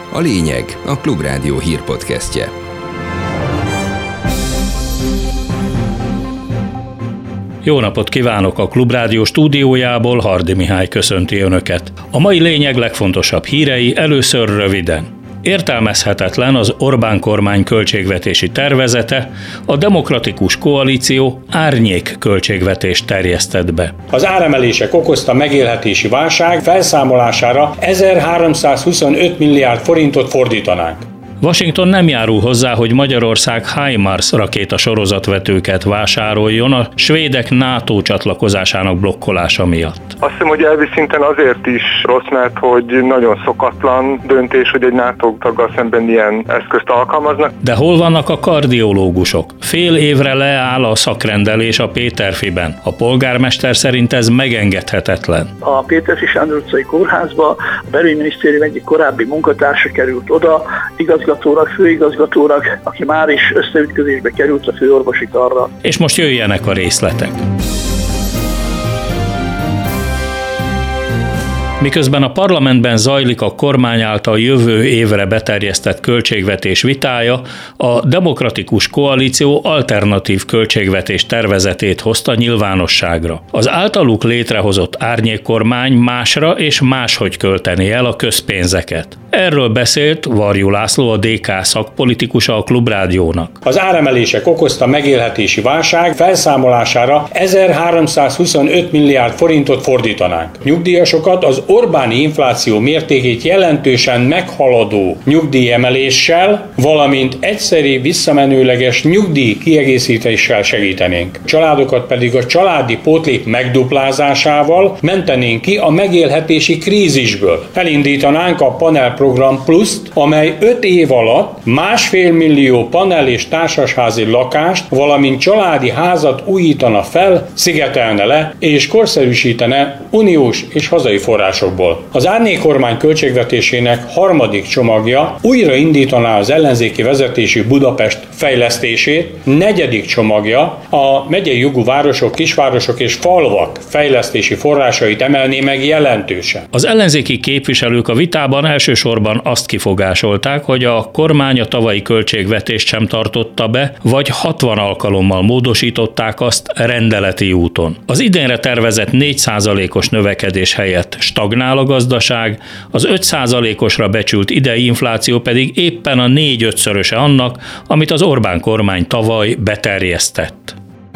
A lényeg a Klubrádió hírpodcastje. Jó napot kívánok! A Klubrádió stúdiójából Hardy Mihály köszönti Önöket. A mai lényeg legfontosabb hírei először röviden. Értelmezhetetlen az Orbán kormány költségvetési tervezete, a Demokratikus Koalíció árnyék költségvetést terjesztett be. Az áremelések okozta megélhetési válság felszámolására 1325 milliárd forintot fordítanánk. Washington nem járul hozzá, hogy Magyarország HIMARS rakéta sorozatvetőket vásároljon a svédek NATO csatlakozásának blokkolása miatt. Azt hiszem, hogy elvi szinten azért is rossz, mert hogy nagyon szokatlan döntés, hogy egy NATO taggal szemben ilyen eszközt alkalmaznak. De hol vannak a kardiológusok? Fél évre leáll a szakrendelés a Péterfiben. A polgármester szerint ez megengedhetetlen. A Péterfi Sándor utcai kórházba a belügyminisztérium egyik korábbi munkatársa került oda, főigazgatónak, aki már is összeütközésbe került a főorvosi karral. És most jöjjenek a részletek. Miközben a parlamentben zajlik a kormány által jövő évre beterjesztett költségvetés vitája, a Demokratikus Koalíció alternatív költségvetés tervezetét hozta nyilvánosságra. Az általuk létrehozott árnyékkormány másra és máshogy költeni el a közpénzeket. Erről beszélt Varjú László, a DK szakpolitikusa a Klubrádiónak. Az áremelések okozta megélhetési válság felszámolására 1325 milliárd forintot fordítanánk. Nyugdíjasokat az Orbáni infláció mértékét jelentősen meghaladó nyugdíjemeléssel, valamint egyszeri visszamenőleges nyugdíj kiegészítéssel segítenénk. Családokat pedig a családi pótlék megduplázásával mentenénk ki a megélhetési krízisből. Elindítanánk a Panel Program Pluszt, amely 5 év alatt 1,5 millió panel és társasházi lakást, valamint családi házat újítana fel, szigetelne le és korszerűsítene uniós és hazai forrásokból. Az árnyékkormány költségvetésének harmadik csomagja újra indítaná az ellenzéki vezetésű Budapest fejlesztését, negyedik csomagja a megyei jogú városok, kisvárosok és falvak fejlesztési forrásait emelné meg jelentősen. Az ellenzéki képviselők a vitában elsősorban azt kifogásolták, hogy a kormány a tavalyi költségvetést sem tartotta be, vagy 60 alkalommal módosították azt rendeleti úton. Az idénre tervezett 4%-os növekedés helyett stagnál a gazdaság, az 5%-osra becsült idei infláció pedig éppen a 4-5-szöröse annak, amit az Orbán kormány tavaly beterjesztett.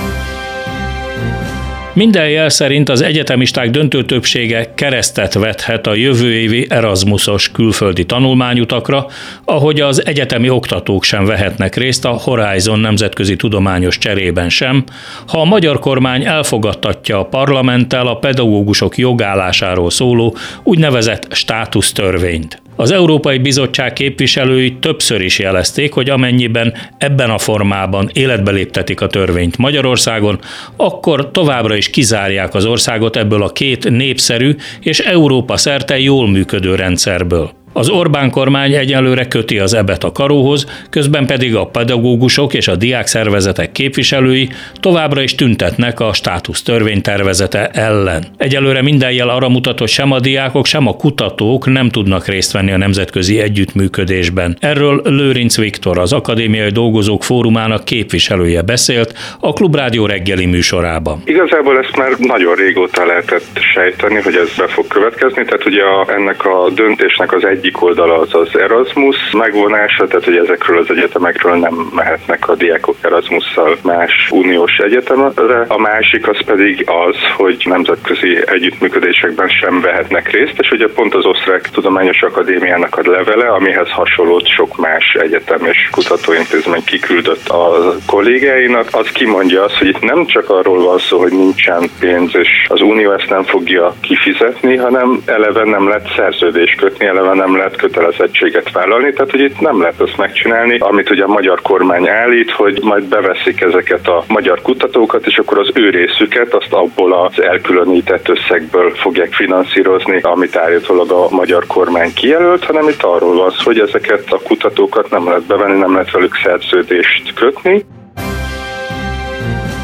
Minden jel szerint az egyetemisták döntő többsége keresztet vethet a jövő évi Erasmusos külföldi tanulmányutakra, ahogy az egyetemi oktatók sem vehetnek részt a Horizon nemzetközi tudományos cserében sem, ha a magyar kormány elfogadtatja a parlamenttel a pedagógusok jogállásáról szóló úgynevezett státusztörvényt. Az Európai Bizottság képviselői többször is jelezték, hogy amennyiben ebben a formában életbe léptetik a törvényt Magyarországon, akkor továbbra is kizárják az országot ebből a két népszerű és Európa szerte jól működő rendszerből. Az Orbán kormány egyelőre köti az ebet a karóhoz, közben pedig a pedagógusok és a diákszervezetek képviselői továbbra is tüntetnek a státusztörvény tervezete ellen. Egyelőre minden jel arra mutat, hogy sem a diákok, sem a kutatók nem tudnak részt venni a nemzetközi együttműködésben. Erről Lőrinc Viktor, az Akadémiai Dolgozók Fórumának képviselője beszélt a Klubrádió reggeli műsorában. Igazából ezt már nagyon régóta lehetett sejteni, hogy ez be fog következni, tehát ugye ennek a döntésnek az egyik oldala az Erasmus megvonása, tehát hogy ezekről az egyetemekről nem mehetnek a diákok Erasmusszal más uniós egyetemre. A másik az pedig az, hogy nemzetközi együttműködésekben sem vehetnek részt, és ugye pont az Osztrák Tudományos Akadémiának a levele, amihez hasonlót sok más egyetem és kutatóintézmény kiküldött a kollégáinak, az kimondja azt, hogy itt nem csak arról van szó, hogy nincsen pénz, és az unió ezt nem fogja kifizetni, hanem eleve nem lehet szerződést kötni, eleve nem lehet kötelezettséget vállalni, tehát hogy itt nem lehet azt megcsinálni, amit ugye a magyar kormány állít, hogy majd beveszik ezeket a magyar kutatókat, és akkor az ő részüket azt abból az elkülönített összegből fogják finanszírozni, amit állítólag a magyar kormány kijelölt, hanem itt arról van szó, hogy ezeket a kutatókat nem lehet bevenni, nem lehet velük szerződést kötni.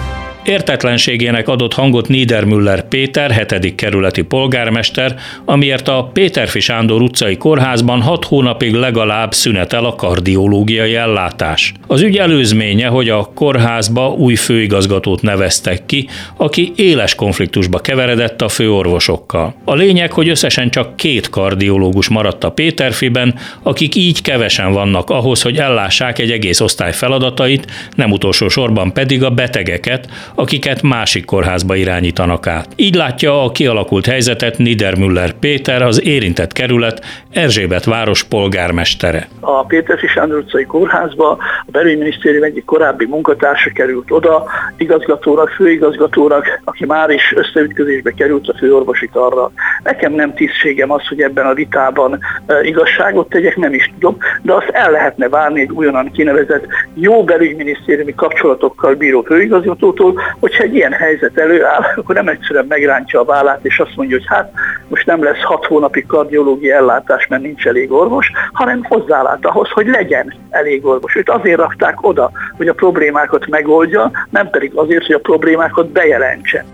Értetlenségének adott hangot Niedermüller Péter, 7. kerületi polgármester, amiért a Péterfi Sándor utcai kórházban 6 hónapig legalább szünetel a kardiológiai ellátás. Az ügy előzménye, hogy a kórházba új főigazgatót neveztek ki, aki éles konfliktusba keveredett a főorvosokkal. A lényeg, hogy összesen csak 2 kardiológus maradt a Péterfiben, akik így kevesen vannak ahhoz, hogy ellássák egy egész osztály feladatait, nem utolsó sorban pedig a betegeket, akiket másik kórházba irányítanak át. Így látja a kialakult helyzetet Niedermüller Péter, az érintett kerület Erzsébet város polgármestere. A Péterfi Sándor utcai kórházba a belügyminisztérium egyik korábbi munkatársa került oda, igazgatónak, főigazgatónak, aki már is összeütközésbe került a főorvosi karral. Nekem nem tisztségem az, hogy ebben a vitában igazságot tegyek, nem is tudom, de azt el lehetne várni egy újonnan kinevezett jó belügyminisztériumi kapcsolatokkal bíró főigazgatótól, hogyha egy ilyen helyzet előáll, akkor nem egyszerűen megrántja a vállát és azt mondja, hogy hát most nem lesz 6 hónapig kardiológiai ellátás, mert nincs elég orvos, hanem hozzálát ahhoz, hogy legyen elég orvos. Őt azért rakták oda, hogy a problémákat megoldja, nem pedig azért, hogy a problémákat bejelentse.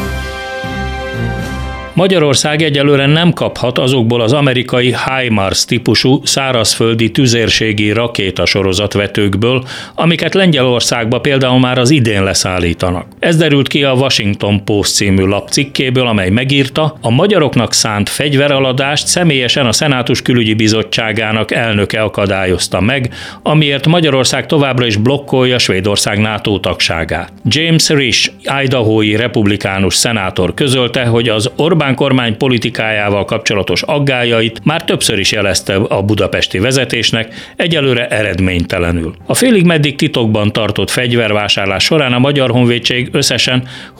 Magyarország egyelőre nem kaphat azokból az amerikai HIMARS típusú szárazföldi tüzérségi rakétasorozatvetőkből, amiket Lengyelországba például már az idén leszállítanak. Ez derült ki a Washington Post című lap cikkéből, amely megírta, a magyaroknak szánt fegyvereladást személyesen a Szenátus Külügyi Bizottságának elnöke akadályozta meg, amiért Magyarország továbbra is blokkolja Svédország NATO tagságát. James Risch, idahói republikánus szenátor közölte, hogy az Orbán kormány politikájával kapcsolatos aggályait már többször is jelezte a budapesti vezetésnek, egyelőre eredménytelenül. A félig meddig titokban tartott fegyvervásárlás során a Magyar Honvédség összesen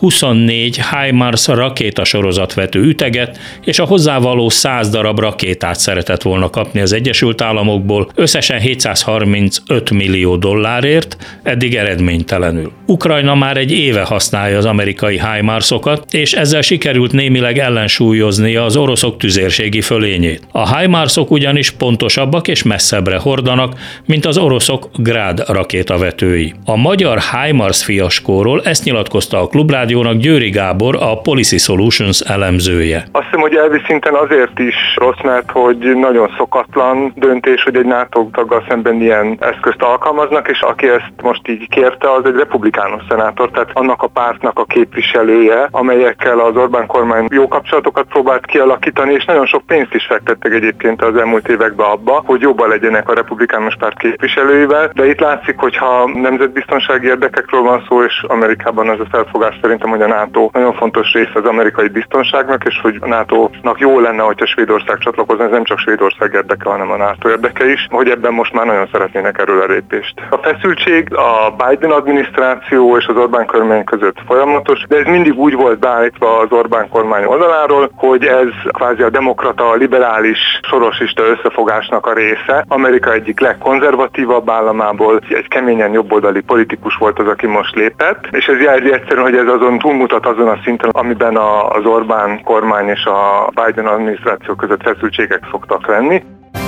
24 HIMARS rakétasorozatvető üteget és a hozzávaló 100 darab rakétát szeretett volna kapni az Egyesült Államokból összesen $735 millió, eddig eredménytelenül. Ukrajna már egy éve használja az amerikai HIMARS-okat, és ezzel sikerült némileg ellensúlyoznia az oroszok tüzérségi fölényét. A HIMARS-ok ugyanis pontosabbak és messzebbre hordanak, mint az oroszok Grad rakétavetői. A magyar HIMARS fiaskóról ezt nyilatkozta a Klubrádiónak Győri Gábor, a Policy Solutions elemzője. Azt hiszem, hogy elvi szinten azért is rossz, mert hogy nagyon szokatlan döntés, hogy egy NATO taggal szemben ilyen eszközt alkalmaznak, és aki ezt most így kérte, az egy republikánus szenátor, tehát annak a pártnak a képviselője, amelyekkel az Orbán kormány jó kapcsolatokat próbált kialakítani, és nagyon sok pénzt is fektettek egyébként az elmúlt években abba, hogy jobban legyenek a republikánus párt képviselőivel, de itt látszik, hogyha nemzetbiztonsági érdekekről van szó, és Amerikában az a felfogás szerintem, hogy a NATO nagyon fontos része az amerikai biztonságnak, és hogy a NATO-nak jó lenne, hogyha Svédország csatlakozna, ez nem csak Svédország érdeke, hanem a NATO érdeke is, hogy ebben most már nagyon szeretnének erőlépést. A feszültség a Biden adminisztráció és az Orbán kormány között folyamatos, de ez mindig úgy volt beállítva az Orbán kormány oldaláról, hogy ez kvázi a demokrata, liberális, sorosista összefogásnak a része. Amerika egyik legkonzervatívabb államából egy keményen jobboldali politikus volt az, aki most lépett, és ez jelzi egyszerűen, hogy ez azon túlmutat azon a szinten, amiben az Orbán kormány és a Biden adminisztráció között feszültségek szoktak lenni.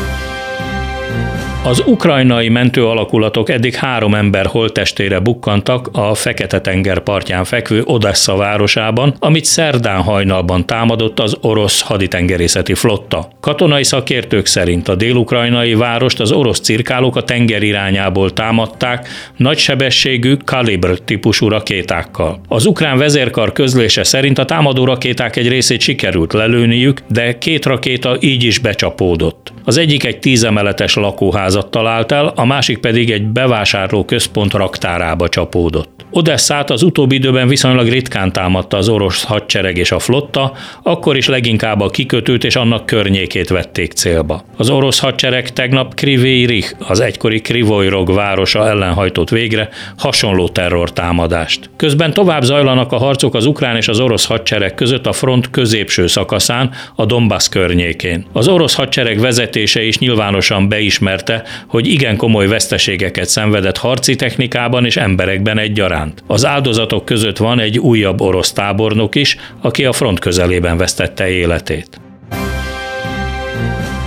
Az ukrajnai mentőalakulatok eddig 3 ember holttestére bukkantak a Fekete-tenger partján fekvő Odessa városában, amit szerdán hajnalban támadott az orosz haditengerészeti flotta. Katonai szakértők szerint a dél-ukrajnai várost az orosz cirkálók a tenger irányából támadták nagysebességű Kalibr típusú rakétákkal. Az ukrán vezérkar közlése szerint a támadó rakéták egy részét sikerült lelőniük, de 2 rakéta így is becsapódott. Az egyik egy 10 emeletes lakóházat talált el, a másik pedig egy bevásárlóközpont raktárába csapódott. Odesszát az utóbbi időben viszonylag ritkán támadta az orosz hadsereg és a flotta, akkor is leginkább a kikötőt és annak környékét vették célba. Az orosz hadsereg tegnap Kryvyi Rih, az egykori Krivoj Rog városa ellen hajtott végre hasonló terrortámadást. Közben tovább zajlanak a harcok az ukrán és az orosz hadsereg között a front középső szakaszán, a Donbass környékén. Az orosz hadsereg vezetése is nyilvánosan beismerte, hogy igen komoly veszteségeket szenvedett harci technikában és emberekben egyaránt. Az áldozatok között van egy újabb orosz tábornok is, aki a front közelében vesztette életét.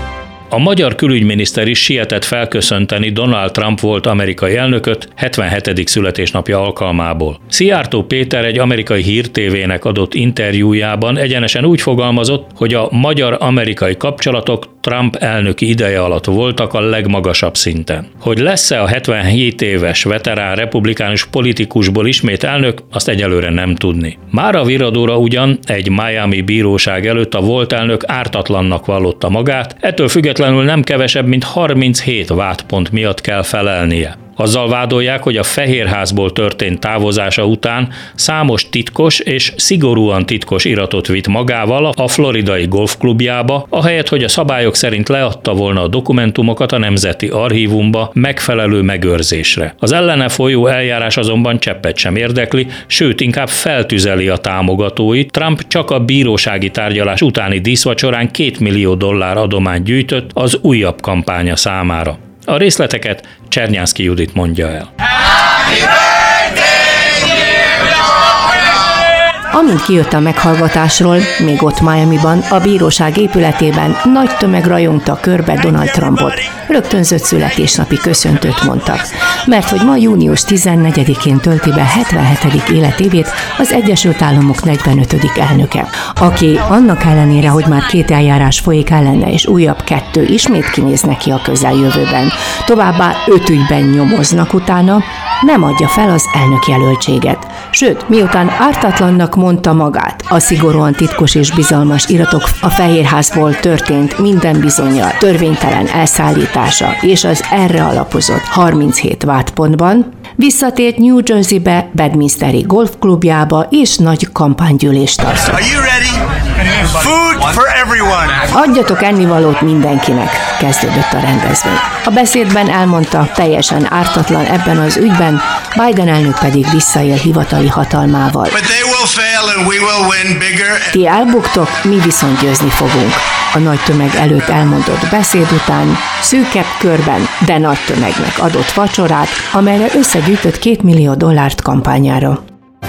A magyar külügyminiszter is sietett felköszönteni Donald Trump volt amerikai elnököt 77. születésnapja alkalmából. Szijjártó Péter egy amerikai hírtévének adott interjújában egyenesen úgy fogalmazott, hogy a magyar-amerikai kapcsolatok Trump elnöki ideje alatt voltak a legmagasabb szinten. Hogy lesz-e a 77 éves veterán republikánus politikusból ismét elnök, azt egyelőre nem tudni. Mára Viradóra ugyan egy Miami bíróság előtt a volt elnök ártatlannak vallotta magát, ettől függetlenül nem kevesebb, mint 37 vádpont miatt kell felelnie. Azzal vádolják, hogy a Fehérházból történt távozása után számos titkos és szigorúan titkos iratot vitt magával a floridai golfklubjába, ahelyett, hogy a szabályok szerint leadta volna a dokumentumokat a Nemzeti Archívumba megfelelő megőrzésre. Az ellene folyó eljárás azonban cseppet sem érdekli, sőt inkább feltüzeli a támogatóit. Trump csak a bírósági tárgyalás utáni díszvacsorán $2 millió adományt gyűjtött az újabb kampánya számára. A részleteket Csernyánszky Judit mondja el. Amint kijött a meghallgatásról, még ott Miamiban, a bíróság épületében nagy tömeg rajongta körbe Donald Trumpot. Rögtönzött születésnapi köszöntőt mondtak, mert hogy ma június 14-én tölti be 77. életévét az Egyesült Államok 45. elnöke, aki annak ellenére, hogy már 2 eljárás folyik ellene és újabb 2 ismét kinéz neki a közeljövőben, továbbá 5 ügyben nyomoznak utána, nem adja fel az elnökjelöltséget. Sőt, miután ártatlannak mondta magát, a szigorúan titkos és bizalmas iratok a Fehérházból történt minden bizonnyal törvénytelen elszállítása és az erre alapozott 37 vádpontban, visszatért New Jerseybe, Bedminsteri golfklubjába és nagy kampánygyűlést tartott. Adjatok ennivalót mindenkinek, kezdődött a rendezvény. A beszédben elmondta, teljesen ártatlan ebben az ügyben, Biden elnök pedig visszaél hivatali hatalmával. Ti elbuktok, mi viszont győzni fogunk. A nagy tömeg előtt elmondott beszéd után szűkebb körben, de nagy tömegnek adott vacsorát, amelyre összegyűjtött $2 millió kampányára.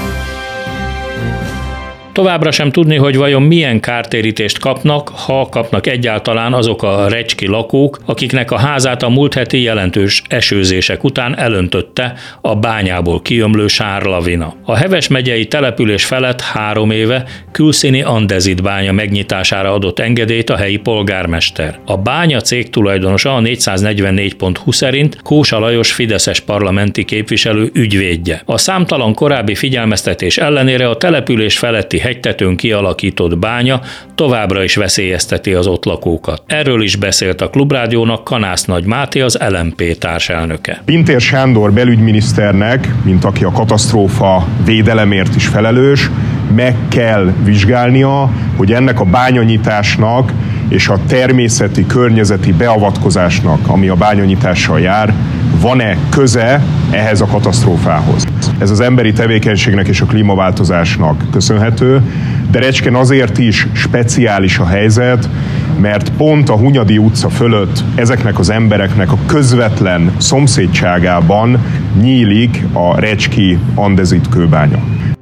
Továbbra sem tudni, hogy vajon milyen kártérítést kapnak, ha kapnak egyáltalán azok a recski lakók, akiknek a házát a múlt heti jelentős esőzések után elöntötte a bányából kiömlő sárlavina. A Heves megyei település felett 3 éve külszíni andezit bánya megnyitására adott engedélyt a helyi polgármester. A bánya cég tulajdonosa a 444.hu szerint Kósa Lajos fideszes parlamenti képviselő ügyvédje. A számtalan korábbi figyelmeztetés ellenére a település feletti hegytetőn kialakított bánya továbbra is veszélyezteti az ott lakókat. Erről is beszélt a Klubrádiónak Kanász Nagy Máté, az LMP társelnöke. Pintér Sándor belügyminiszternek, mint aki a katasztrófa védelemért is felelős, meg kell vizsgálnia, hogy ennek a bányanyitásnak és a természeti környezeti beavatkozásnak, ami a bányanyitással jár, van-e köze ehhez a katasztrófához. Ez az emberi tevékenységnek és a klímaváltozásnak köszönhető, de Recskén azért is speciális a helyzet, mert pont a Hunyadi utca fölött ezeknek az embereknek a közvetlen szomszédságában nyílik a recski andezit kőbánya.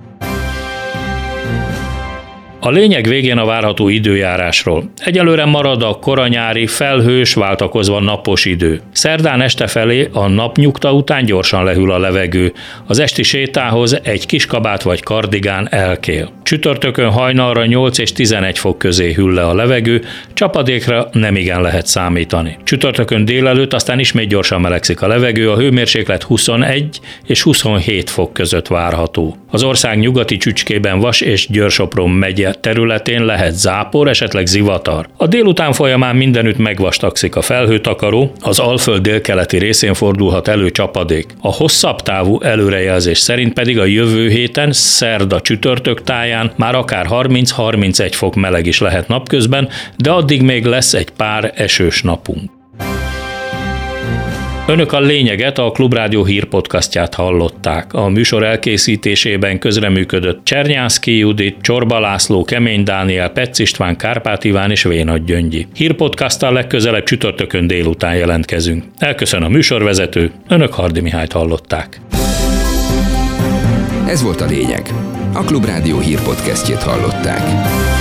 A lényeg végén a várható időjárásról. Egyelőre marad a koranyári, felhős, váltakozva napos idő. Szerdán este felé a napnyugta után gyorsan lehűl a levegő. Az esti sétához egy kiskabát vagy kardigán elkél. Csütörtökön hajnalra 8 és 11 fok közé hűl le a levegő, csapadékra nemigen lehet számítani. Csütörtökön délelőtt aztán ismét gyorsan melegszik a levegő, a hőmérséklet 21 és 27 fok között várható. Az ország nyugati csücskében Vas és Győr-Sopron megye területén lehet zápor, esetleg zivatar. A délután folyamán mindenütt megvastagszik a felhőtakaró, az Alföld délkeleti részén fordulhat elő csapadék. A hosszabb távú előrejelzés szerint pedig a jövő héten, szerda csütörtök táján már akár 30-31 fok meleg is lehet napközben, de addig még lesz egy pár esős napunk. Önök a lényeget, a Klubrádió hírpodcastját hallották. A műsor elkészítésében közreműködött Csernyánszky Judit, Csorba László, Kemény Dániel, Petsz István, Kárpát Iván és Vénagy Gyöngyi. Hírpodcasttal legközelebb csütörtökön délután jelentkezünk. Elköszön a műsorvezető, Önök Hardy Mihályt hallották. Ez volt a lényeg. A Klubrádió hírpodcastjét hallották.